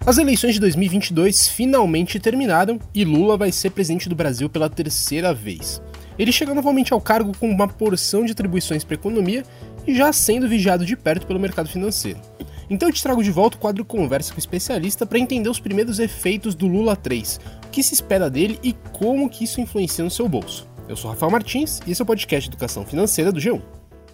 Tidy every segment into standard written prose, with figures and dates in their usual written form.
As eleições de 2022 finalmente terminaram e Lula vai ser presidente do Brasil pela terceira vez. Ele chega novamente ao cargo com uma porção de atribuições para a economia e já sendo vigiado de perto pelo mercado financeiro. Então eu te trago de volta o quadro Conversa com o Especialista para entender os primeiros efeitos do Lula 3, o que se espera dele e como que isso influencia no seu bolso. Eu sou Rafael Martins e esse é o podcast Educação Financeira do G1.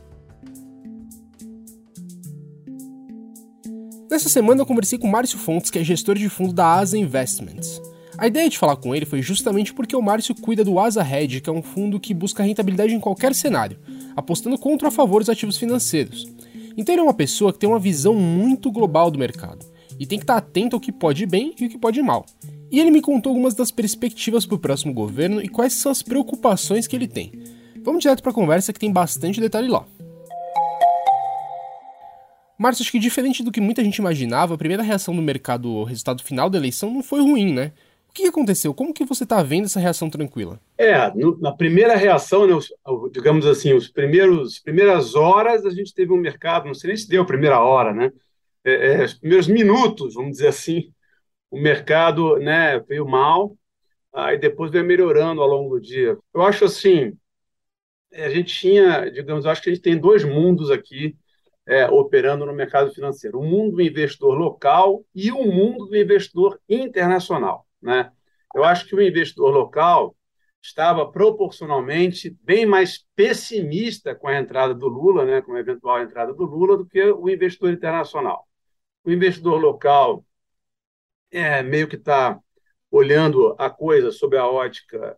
Nessa semana eu conversei com o Márcio Fontes, que é gestor de fundo da Asa Investments. A ideia de falar com ele foi justamente porque o Márcio cuida do Asa Hedge, que é um fundo que busca rentabilidade em qualquer cenário, apostando contra ou a favor dos ativos financeiros. Então ele é uma pessoa que tem uma visão muito global do mercado, e tem que estar atento ao que pode ir bem e o que pode ir mal. E ele me contou algumas das perspectivas para o próximo governo e quais são as preocupações que ele tem. Vamos direto para a conversa que tem bastante detalhe lá. Márcio, acho que diferente do que muita gente imaginava, a primeira reação do mercado ao resultado final da eleição não foi ruim, né? O que aconteceu? Como que você está vendo essa reação tranquila? Na primeira reação, né, digamos assim, primeiras horas, a gente teve um mercado, não sei nem se deu a primeira hora, né? Os primeiros minutos, vamos dizer assim, o mercado, né, veio mal, aí depois veio melhorando ao longo do dia. Eu acho assim, a gente tinha, digamos, eu acho que a gente tem dois mundos aqui operando no mercado financeiro: o mundo do investidor local e o mundo do investidor internacional, né? Eu acho que o investidor local estava proporcionalmente bem mais pessimista com a entrada do Lula, né, com a eventual entrada do Lula, do que o investidor internacional. O investidor local meio que está olhando a coisa sob a ótica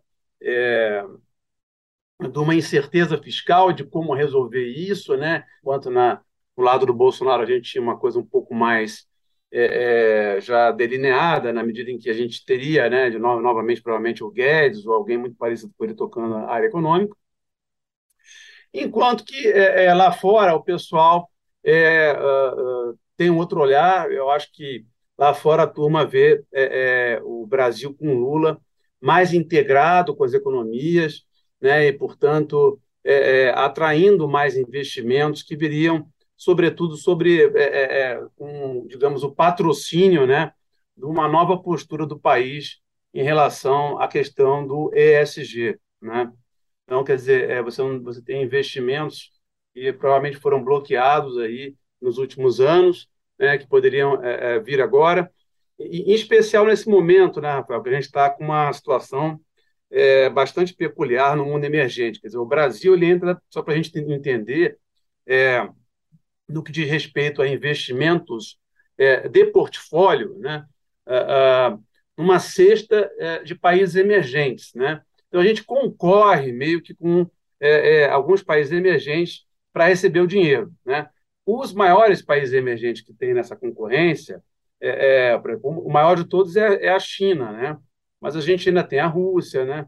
de uma incerteza fiscal, de como resolver isso, né? Enquanto no lado do Bolsonaro a gente tinha uma coisa um pouco mais já delineada, na medida em que a gente teria, né, novamente, provavelmente o Guedes ou alguém muito parecido com ele tocando a área econômica, enquanto que lá fora o pessoal tem um outro olhar. Eu acho que lá fora a turma vê o Brasil com Lula mais integrado com as economias, né, e, portanto, atraindo mais investimentos que viriam, sobretudo, digamos, o patrocínio, né, de uma nova postura do país em relação à questão do ESG, né? Então, quer dizer, você tem investimentos que provavelmente foram bloqueados aí nos últimos anos, né, que poderiam vir agora, e, em especial nesse momento, né, Rafael, que a gente está com uma situação bastante peculiar no mundo emergente. Quer dizer, o Brasil, ele entra, só para a gente entender, é, no que diz respeito a investimentos de portfólio, né, numa cesta de países emergentes, né? Então, a gente concorre meio que com alguns países emergentes para receber o dinheiro, né? Os maiores países emergentes que tem nessa concorrência, por exemplo, o maior de todos é a China, né? Mas a gente ainda tem a Rússia, né?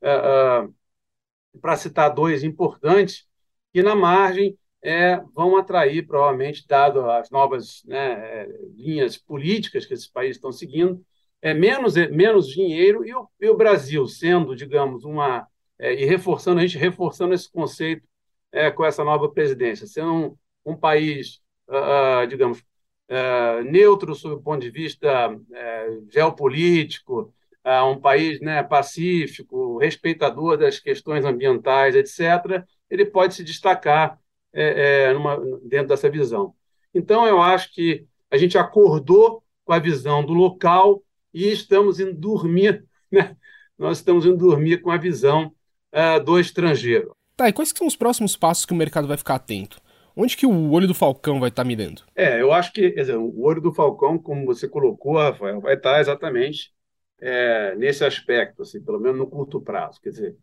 Para citar dois importantes, que na margem vão atrair, provavelmente, dado as novas, né, linhas políticas que esses países estão seguindo, menos dinheiro, e o Brasil sendo, digamos, e reforçando, a gente reforçando esse conceito com essa nova presidência, sendo um país, digamos, neutro sob o ponto de vista geopolítico, um país, né, pacífico, respeitador das questões ambientais, etc., ele pode se destacar dentro dessa visão. Então, eu acho que a gente acordou com a visão do local e estamos indo dormir, né? Nós estamos indo dormir com a visão do estrangeiro. Tá, e quais que são os próximos passos que o mercado vai ficar atento? Onde que o olho do Falcão vai estar mirando? Eu acho que, quer dizer, o olho do Falcão, como você colocou, Rafael, vai estar exatamente nesse aspecto, assim, pelo menos no curto prazo. Quer dizer,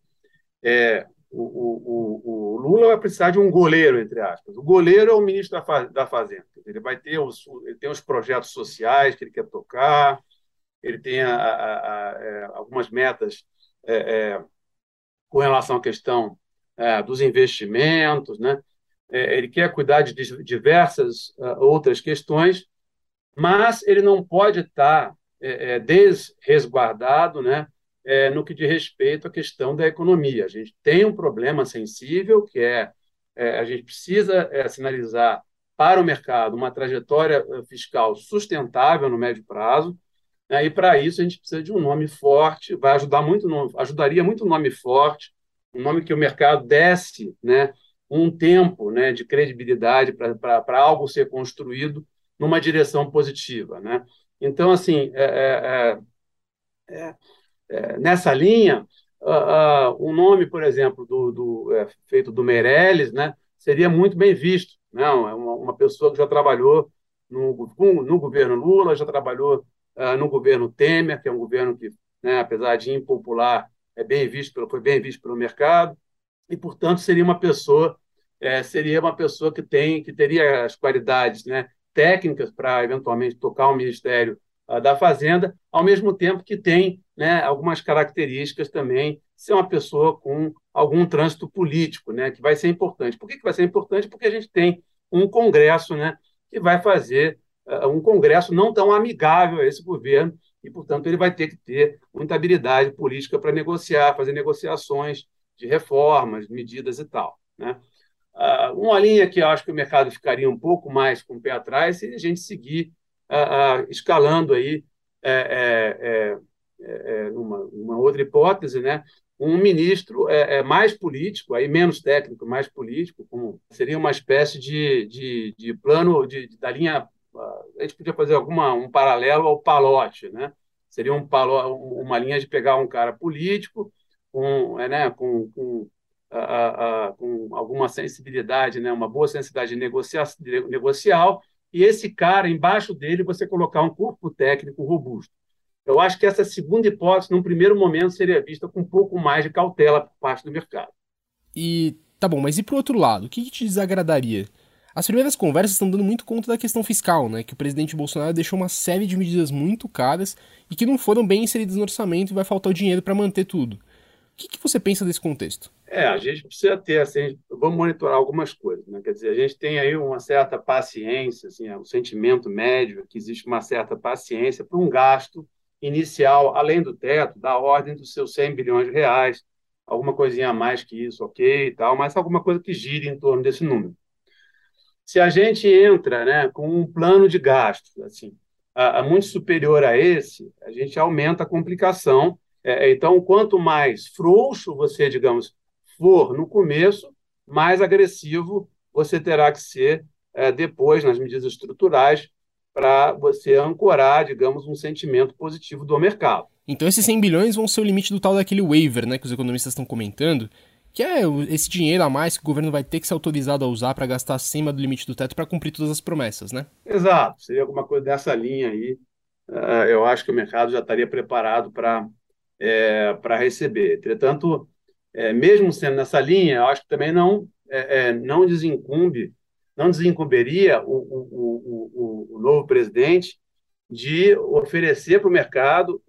o Lula vai precisar de um goleiro, entre aspas. O goleiro é o ministro da Fazenda. Ele vai ter ele tem os projetos sociais que ele quer tocar, ele tem algumas metas com relação à questão dos investimentos, né? Ele quer cuidar de diversas outras questões, mas ele não pode estar desresguardado, né, no que diz respeito à questão da economia. A gente tem um problema sensível, que a gente precisa sinalizar para o mercado uma trajetória fiscal sustentável no médio prazo, né? E para isso a gente precisa de um nome forte, vai ajudar muito, ajudaria muito um nome forte, um nome que o mercado desse, né, um tempo, né, de credibilidade para algo ser construído numa direção positiva, né? Então, assim, nessa linha, o nome, por exemplo, feito do Meirelles, né, seria muito bem visto, né? Uma pessoa que já trabalhou no governo Lula, já trabalhou no governo Temer, que é um governo que, né, apesar de impopular, foi bem visto pelo mercado, e, portanto, seria uma pessoa que teria as qualidades, né, técnicas para eventualmente tocar o Ministério da Fazenda, ao mesmo tempo que tem, né, algumas características também, ser uma pessoa com algum trânsito político, né, que vai ser importante. Por que vai ser importante? Porque a gente tem um Congresso, né, que vai fazer um Congresso não tão amigável a esse governo, e, portanto, ele vai ter que ter muita habilidade política para negociar, fazer negociações de reformas, medidas e tal, né? Uma linha que eu acho que o mercado ficaria um pouco mais com o pé atrás se a gente seguir escalando aí numa outra hipótese, né? Um ministro mais político, aí menos técnico, mais político, como seria uma espécie de plano da linha. A gente podia fazer um paralelo ao Palote, né? Seria uma linha de pegar um cara político com alguma sensibilidade, né, uma boa sensibilidade negocial, e esse cara, embaixo dele, você colocar um corpo técnico robusto. Eu acho que essa segunda hipótese, num primeiro momento, seria vista com um pouco mais de cautela por parte do mercado. E tá bom, mas e pro outro lado, o que te desagradaria? As primeiras conversas estão dando muito conta da questão fiscal, né? Que o presidente Bolsonaro deixou uma série de medidas muito caras e que não foram bem inseridas no orçamento e vai faltar o dinheiro para manter tudo. O que você pensa desse contexto? A gente precisa ter, assim, vamos monitorar algumas coisas, né? Quer dizer, a gente tem aí uma certa paciência, assim, o sentimento médio que existe uma certa paciência para um gasto inicial, além do teto, da ordem dos seus 100 bilhões de reais, alguma coisinha a mais que isso, ok, e tal, mas alguma coisa que gire em torno desse número. Se a gente entra, né, com um plano de gastos assim, muito superior a esse, a gente aumenta a complicação. Então, quanto mais frouxo você, digamos, for no começo, mais agressivo você terá que ser depois nas medidas estruturais para você ancorar, digamos, um sentimento positivo do mercado. Então esses 100 bilhões vão ser o limite do tal daquele waiver, né, que os economistas estão comentando, que é esse dinheiro a mais que o governo vai ter que ser autorizado a usar para gastar acima do limite do teto para cumprir todas as promessas, né? Exato, seria alguma coisa dessa linha aí. Eu acho que o mercado já estaria preparado para receber. Entretanto, mesmo sendo nessa linha, eu acho que também não desincumbiria o novo presidente de oferecer para o mercado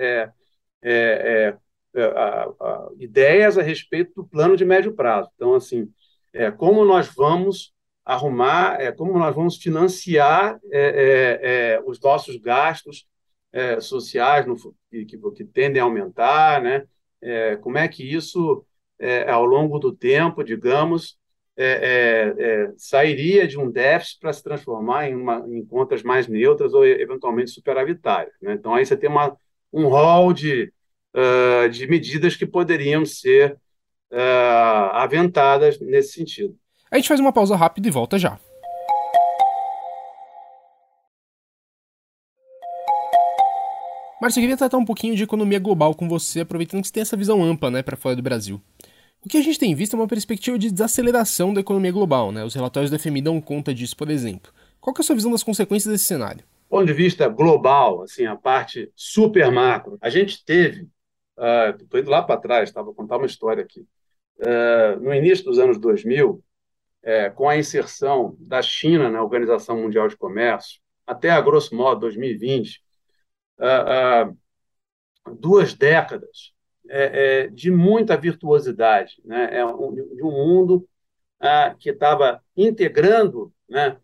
ideias a respeito do plano de médio prazo. Então, assim, como nós vamos como nós vamos financiar os nossos gastos sociais que tendem a aumentar, né? Como é que isso, ao longo do tempo, digamos, sairia de um déficit para se transformar em contas mais neutras ou eventualmente superavitárias, né? Então, aí você tem um rol de medidas que poderiam ser aventadas nesse sentido. A gente faz uma pausa rápida e volta já. Márcio, eu queria tratar um pouquinho de economia global com você, aproveitando que você tem essa visão ampla, né, para fora do Brasil. O que a gente tem visto é uma perspectiva de desaceleração da economia global, né? Os relatórios do FMI dão conta disso, por exemplo. Qual que é a sua visão das consequências desse cenário? Do ponto de vista global, assim, a parte super macro, a gente teve, estou indo lá para trás, vou contar uma história aqui. No início dos anos 2000, com a inserção da China na Organização Mundial de Comércio, até a grosso modo 2020, 2 décadas de muita virtuosidade, né? De um mundo que estava integrando, né,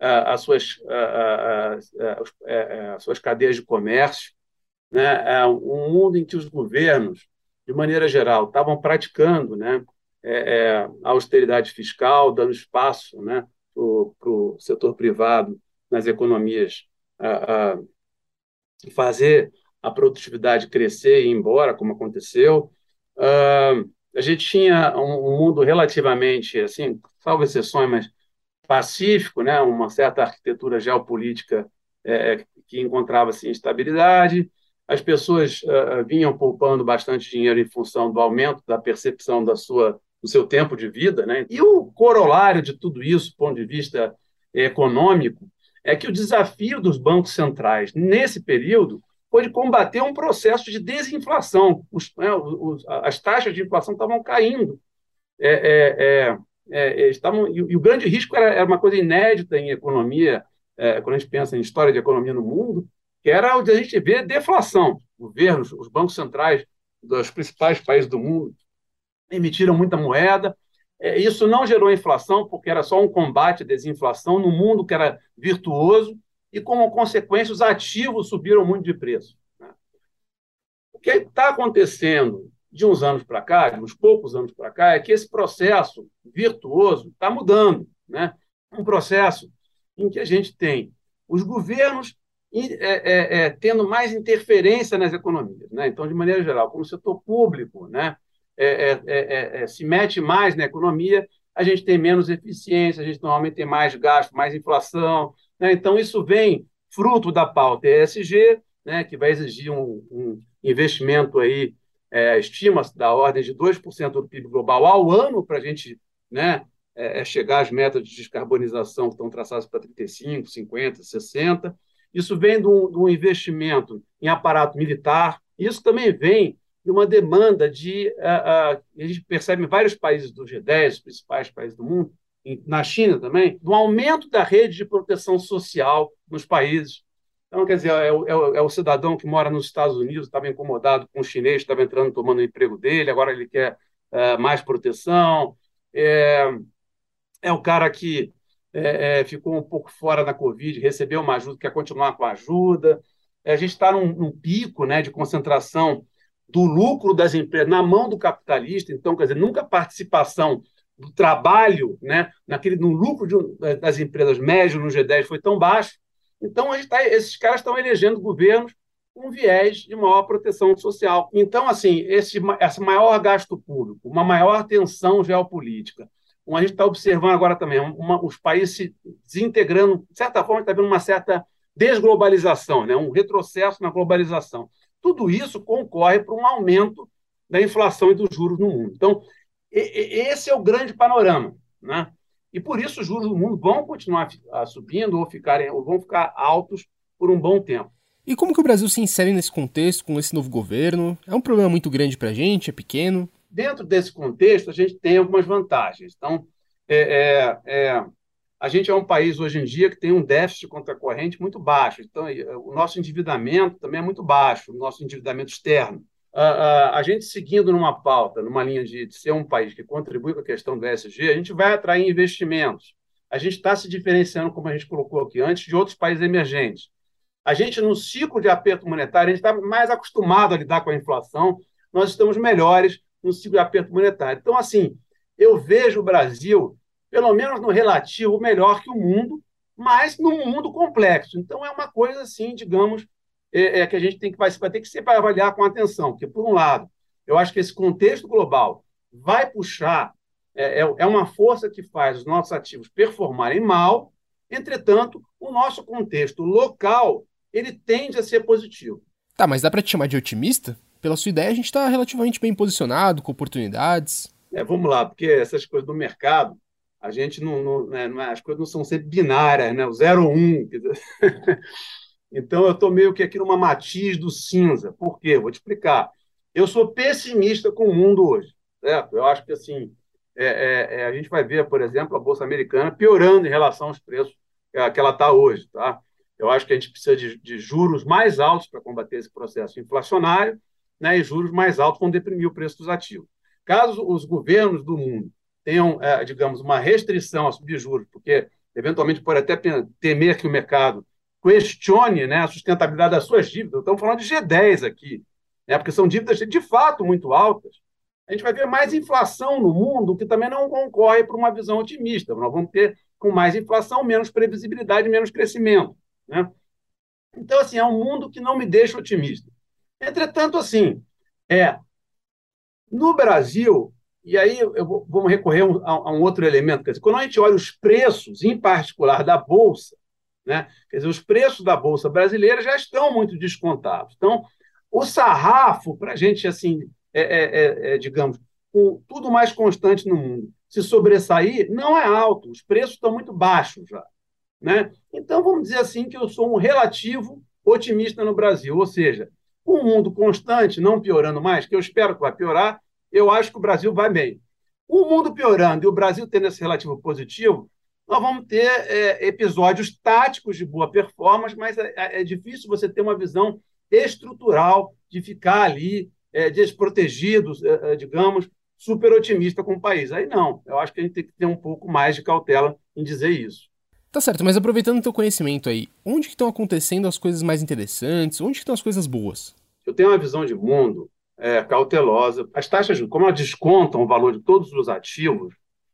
as suas cadeias de comércio, né, um mundo em que os governos, de maneira geral, estavam praticando, né, a austeridade fiscal, dando espaço, né, o setor privado nas economias fazer a produtividade crescer e ir embora, como aconteceu. A gente tinha um mundo relativamente, assim, salvo exceções, mas pacífico, né? Uma certa arquitetura geopolítica que encontrava-se em estabilidade. As pessoas vinham poupando bastante dinheiro em função do aumento da percepção do seu tempo de vida, né? E o corolário de tudo isso, do ponto de vista econômico, é que o desafio dos bancos centrais nesse período foi de combater um processo de desinflação. As taxas de inflação estavam caindo. E o grande risco era uma coisa inédita em economia, quando a gente pensa em história de economia no mundo, que era o de a gente ver deflação. Governos, os bancos centrais dos principais países do mundo emitiram muita moeda. Isso não gerou inflação, porque era só um combate à desinflação num mundo que era virtuoso, e, como consequência, os ativos subiram muito de preço. Né? O que está acontecendo de uns anos para cá, de uns poucos anos para cá, é que esse processo virtuoso está mudando. Né? Um processo em que a gente tem os governos tendo mais interferência nas economias. Né? Então, de maneira geral, como o setor público, né, se mete mais na economia, a gente tem menos eficiência, a gente normalmente tem mais gasto, mais inflação. Né? Então, isso vem fruto da pauta ESG, né, que vai exigir um investimento aí, estima-se da ordem de 2% do PIB global ao ano para a gente, né, chegar às metas de descarbonização que estão traçadas para 35, 50, 60. Isso vem de um investimento em aparato militar. Isso também vem de uma demanda a gente percebe em vários países do G10, os principais países do mundo, na China também, do aumento da rede de proteção social nos países. Então, quer dizer, é o cidadão que mora nos Estados Unidos, estava incomodado com o chinês, estava entrando, tomando o emprego dele, agora ele quer mais proteção. É o cara que ficou um pouco fora da Covid, recebeu uma ajuda, quer continuar com a ajuda. A gente está num pico, né, de concentração do lucro das empresas na mão do capitalista, então, quer dizer, nunca a participação do trabalho, né, no lucro das empresas médio no G10 foi tão baixo. Então, esses caras estão elegendo governos com viés de maior proteção social. Então, assim, esse maior gasto público, uma maior tensão geopolítica, a gente está observando agora também os países se desintegrando, de certa forma, está havendo uma certa desglobalização, né? Um retrocesso na globalização. Tudo isso concorre para um aumento da inflação e dos juros no mundo. Então, esse é o grande panorama. Né? E por isso os juros do mundo vão continuar subindo ou vão ficar altos por um bom tempo. E como que o Brasil se insere nesse contexto, com esse novo governo? É um problema muito grande para a gente? É pequeno? Dentro desse contexto, a gente tem algumas vantagens. Então, a gente é um país, hoje em dia, que tem um déficit contracorrente muito baixo. Então, o nosso endividamento também é muito baixo, o nosso endividamento externo. A gente, seguindo numa pauta, numa linha de ser um país que contribui com a questão do ESG, a gente vai atrair investimentos. A gente está se diferenciando, como a gente colocou aqui antes, de outros países emergentes. A gente, no ciclo de aperto monetário, a gente está mais acostumado a lidar com a inflação, nós estamos melhores no ciclo de aperto monetário. Então, assim, eu vejo o Brasil, pelo menos no relativo, melhor que o mundo, mas num mundo complexo. Então, é uma coisa, assim, digamos, que a gente vai ter que sempre avaliar com atenção, porque, por um lado, eu acho que esse contexto global vai puxar, é uma força que faz os nossos ativos performarem mal, entretanto, o nosso contexto local, ele tende a ser positivo. Tá, mas dá para te chamar de otimista? Pela sua ideia, a gente está relativamente bem posicionado, com oportunidades. Vamos lá, porque essas coisas do mercado, a gente as coisas não são sempre binárias, né? O 0 ou 1. Então, eu estou meio que aqui numa matiz do cinza. Por quê? Vou te explicar. Eu sou pessimista com o mundo hoje. Certo? Eu acho que assim, a gente vai ver, por exemplo, a Bolsa Americana piorando em relação aos preços que ela está hoje. Tá? Eu acho que a gente precisa de juros mais altos para combater esse processo inflacionário, né? E juros mais altos vão deprimir o preço dos ativos. Caso os governos do mundo tenham, digamos, uma restrição a subir juros, porque eventualmente pode até temer que o mercado questione, né, a sustentabilidade das suas dívidas. Estamos falando de G10 aqui, né, porque são dívidas de fato muito altas. a gente vai ver mais inflação no mundo, que também não concorre para uma visão otimista. Nós vamos ter, com mais inflação, menos previsibilidade, menos crescimento. Né? Então, assim, é um mundo que não me deixa otimista. Entretanto, assim, no Brasil, e aí vamos recorrer a um outro elemento, quer dizer, quando a gente olha os preços, em particular da Bolsa, né, quer dizer, os preços da Bolsa brasileira já estão muito descontados. Então, o sarrafo, para a gente, assim, digamos, com tudo mais constante no mundo, se sobressair, não é alto, os preços estão muito baixos já. Né? Então, vamos dizer assim que eu sou um relativo otimista no Brasil, ou seja, com um mundo constante, não piorando mais, que eu espero que vai piorar, eu acho que o Brasil vai bem. O mundo piorando e o Brasil tendo esse relativo positivo, nós vamos ter episódios táticos de boa performance, mas é difícil você ter uma visão estrutural de ficar ali desprotegido, digamos, super otimista com o país. Aí não, eu acho que a gente tem que ter um pouco mais de cautela em dizer isso. Tá certo, mas aproveitando o teu conhecimento aí, onde que estão acontecendo as coisas mais interessantes? Onde que estão as coisas boas? Eu tenho uma visão de mundo cautelosa. As taxas de juros, como elas descontam o valor de todos os ativos,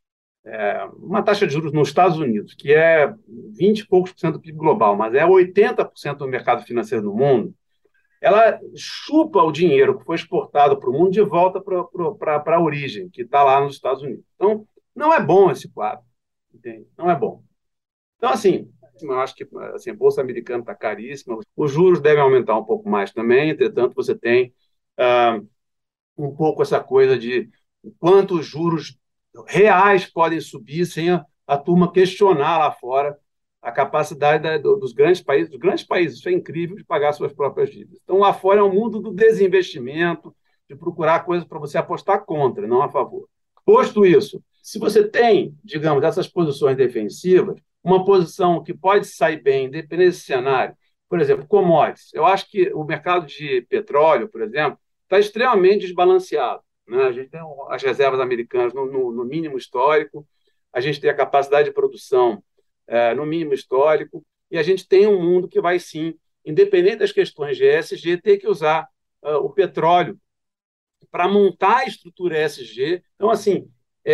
uma taxa de juros nos Estados Unidos, que é 20 e poucos por cento do PIB global, mas é 80% do mercado financeiro no mundo, ela chupa o dinheiro que foi exportado para o mundo de volta para a origem, que está lá nos Estados Unidos. Então, não é bom esse quadro, entende? Não é bom. Então, assim, eu acho que assim, a Bolsa Americana está caríssima, os juros devem aumentar um pouco mais também, entretanto, você tem ah, um pouco essa coisa de quantos juros reais podem subir sem a turma questionar lá fora a capacidade dos grandes países, isso é incrível, de pagar suas próprias dívidas. Então, lá fora é um mundo do desinvestimento, de procurar coisas para você apostar contra, não a favor. Posto isso, se você tem, digamos, essas posições defensivas, uma posição que pode sair bem, independente desse cenário, por exemplo, commodities. Eu acho que o mercado de petróleo, por exemplo, está extremamente desbalanceado. Né? A gente tem as reservas americanas no mínimo histórico, a gente tem a capacidade de produção no mínimo histórico, e a gente tem um mundo que vai, sim, independente das questões de ESG, ter que usar o petróleo para montar a estrutura ESG. Então, assim,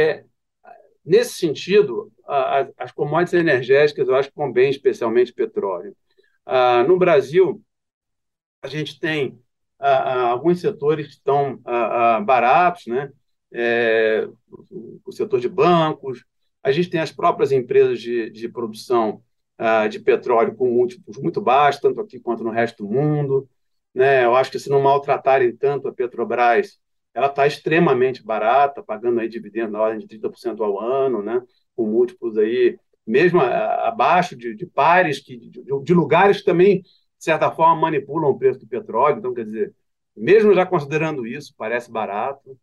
nesse sentido, as commodities energéticas, eu acho que convém especialmente petróleo. No Brasil, a gente tem alguns setores que estão baratos, né? O setor de bancos, a gente tem as próprias empresas de produção de petróleo com múltiplos muito baixos, tanto aqui quanto no resto do mundo. Né? Eu acho que se não maltratarem tanto a Petrobras, ela está extremamente barata, pagando aí dividendos na ordem de 30% ao ano, né? Com múltiplos aí, mesmo abaixo de pares, de lugares que também, de certa forma, manipulam o preço do petróleo. Então, quer dizer, mesmo já considerando isso, parece barato.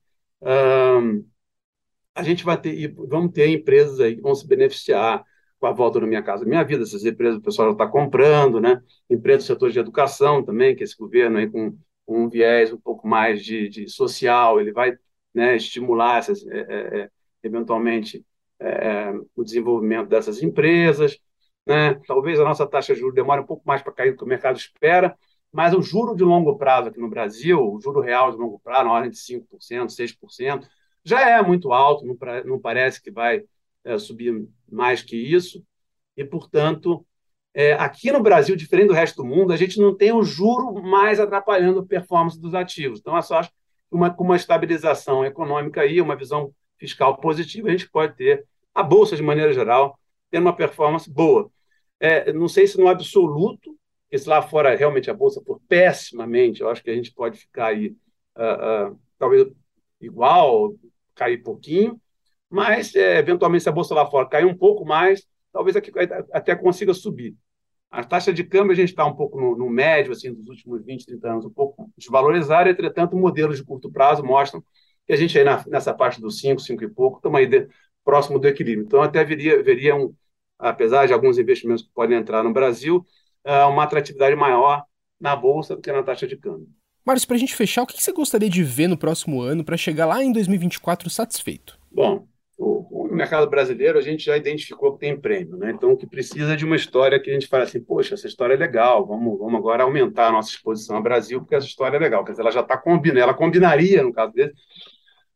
A gente vai ter, vamos ter empresas aí que vão se beneficiar com a volta da Minha Casa Minha Vida, essas empresas o pessoal já está comprando, né? Empresas do setor de educação também, que esse governo aí com um viés um pouco mais de social, ele vai, né, estimular eventualmente o desenvolvimento dessas empresas, né? Talvez a nossa taxa de juros demore um pouco mais para cair do que o mercado espera, mas o juro de longo prazo aqui no Brasil, o juro real de longo prazo, na ordem de 5%, 6%, já é muito alto, não parece que vai subir mais que isso, e, portanto, aqui no Brasil, diferente do resto do mundo, a gente não tem o juro mais atrapalhando a performance dos ativos. Então, eu só acho que com uma estabilização econômica e uma visão fiscal positiva, a gente pode ter a Bolsa, de maneira geral, tendo uma performance boa. Não sei se no absoluto, porque se lá fora realmente a Bolsa for pessimamente, eu acho que a gente pode ficar aí, talvez igual, cair pouquinho, mas, eventualmente, se a Bolsa lá fora cair um pouco mais, talvez aqui até consiga subir. A taxa de câmbio a gente está um pouco no médio assim, dos últimos 20, 30 anos, um pouco desvalorizada, entretanto, modelos de curto prazo mostram que a gente aí nessa parte dos 5, 5 e pouco, estamos aí próximo do equilíbrio. Então, até veria apesar de alguns investimentos que podem entrar no Brasil, uma atratividade maior na Bolsa do que na taxa de câmbio. Márcio, para a gente fechar, o que você gostaria de ver no próximo ano para chegar lá em 2024 satisfeito? Bom, no mercado brasileiro a gente já identificou que tem prêmio, né? Então, o que precisa é de uma história que a gente fala assim, poxa, essa história é legal, vamos agora aumentar a nossa exposição ao Brasil, porque essa história é legal. Quer dizer, ela já está combinando, ela combinaria, no caso dele,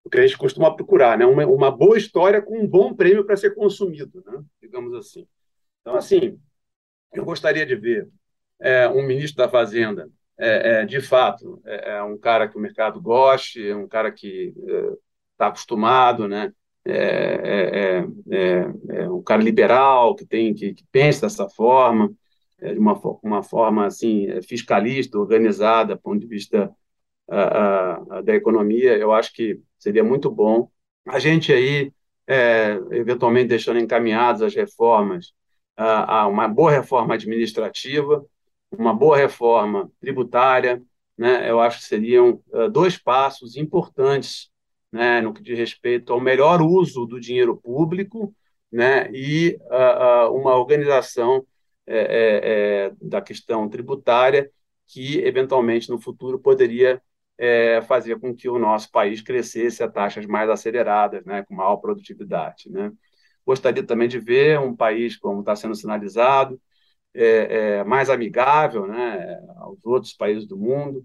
o que a gente costuma procurar, né? Uma boa história com um bom prêmio para ser consumido, né? Digamos assim. Então, assim, eu gostaria de ver um ministro da Fazenda, de fato, um cara que o mercado goste, um cara que está acostumado, né? Um cara liberal que pensa dessa forma, de uma forma assim fiscalista, organizada, do ponto de vista da economia. Eu acho que seria muito bom a gente aí eventualmente deixando encaminhadas as reformas, uma boa reforma administrativa, uma boa reforma tributária, né? Eu acho que seriam dois passos importantes, né, no que diz respeito ao melhor uso do dinheiro público, né, e uma organização da questão tributária que, eventualmente, no futuro poderia fazer com que o nosso país crescesse a taxas mais aceleradas, né, com maior produtividade, né? Gostaria também de ver um país, como está sendo sinalizado, mais amigável, né, aos outros países do mundo,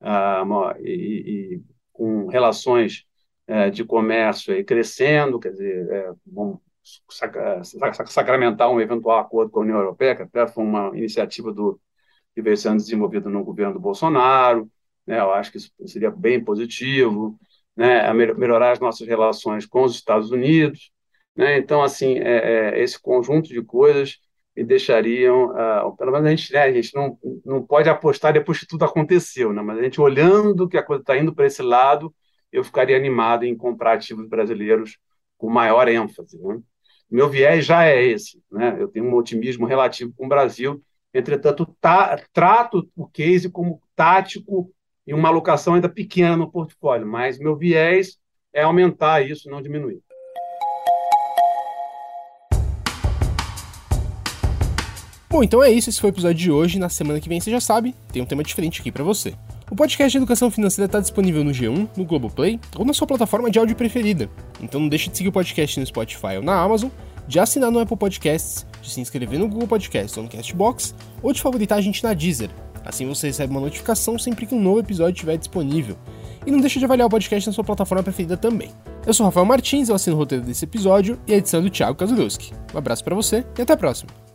e com relações de comércio aí crescendo, quer dizer, vamos sacramentar um eventual acordo com a União Europeia, que até foi uma iniciativa que veio sendo desenvolvida no governo do Bolsonaro, né? Eu acho que isso seria bem positivo, né? Melhorar as nossas relações com os Estados Unidos, né? Então, assim, esse conjunto de coisas me deixariam, pelo menos a gente não pode apostar depois que tudo aconteceu, né? Mas a gente olhando que a coisa está indo para esse lado, eu ficaria animado em comprar ativos brasileiros com maior ênfase, né? Meu viés já é esse, né? Eu tenho um otimismo relativo com o Brasil. Entretanto, trato o case como tático e uma alocação ainda pequena no portfólio, mas meu viés é aumentar isso, não diminuir. Bom, então é isso, esse foi o episódio de hoje. Na semana que vem, você já sabe, tem um tema diferente aqui pra você. O podcast de educação financeira está disponível no G1, no Globoplay ou na sua plataforma de áudio preferida. Então não deixe de seguir o podcast no Spotify ou na Amazon, de assinar no Apple Podcasts, de se inscrever no Google Podcasts ou no Castbox, ou de favoritar a gente na Deezer. Assim você recebe uma notificação sempre que um novo episódio estiver disponível. E não deixe de avaliar o podcast na sua plataforma preferida também. Eu sou Rafael Martins, eu assino o roteiro desse episódio e a edição é do Thiago Kazudowski. Um abraço pra você e até a próxima!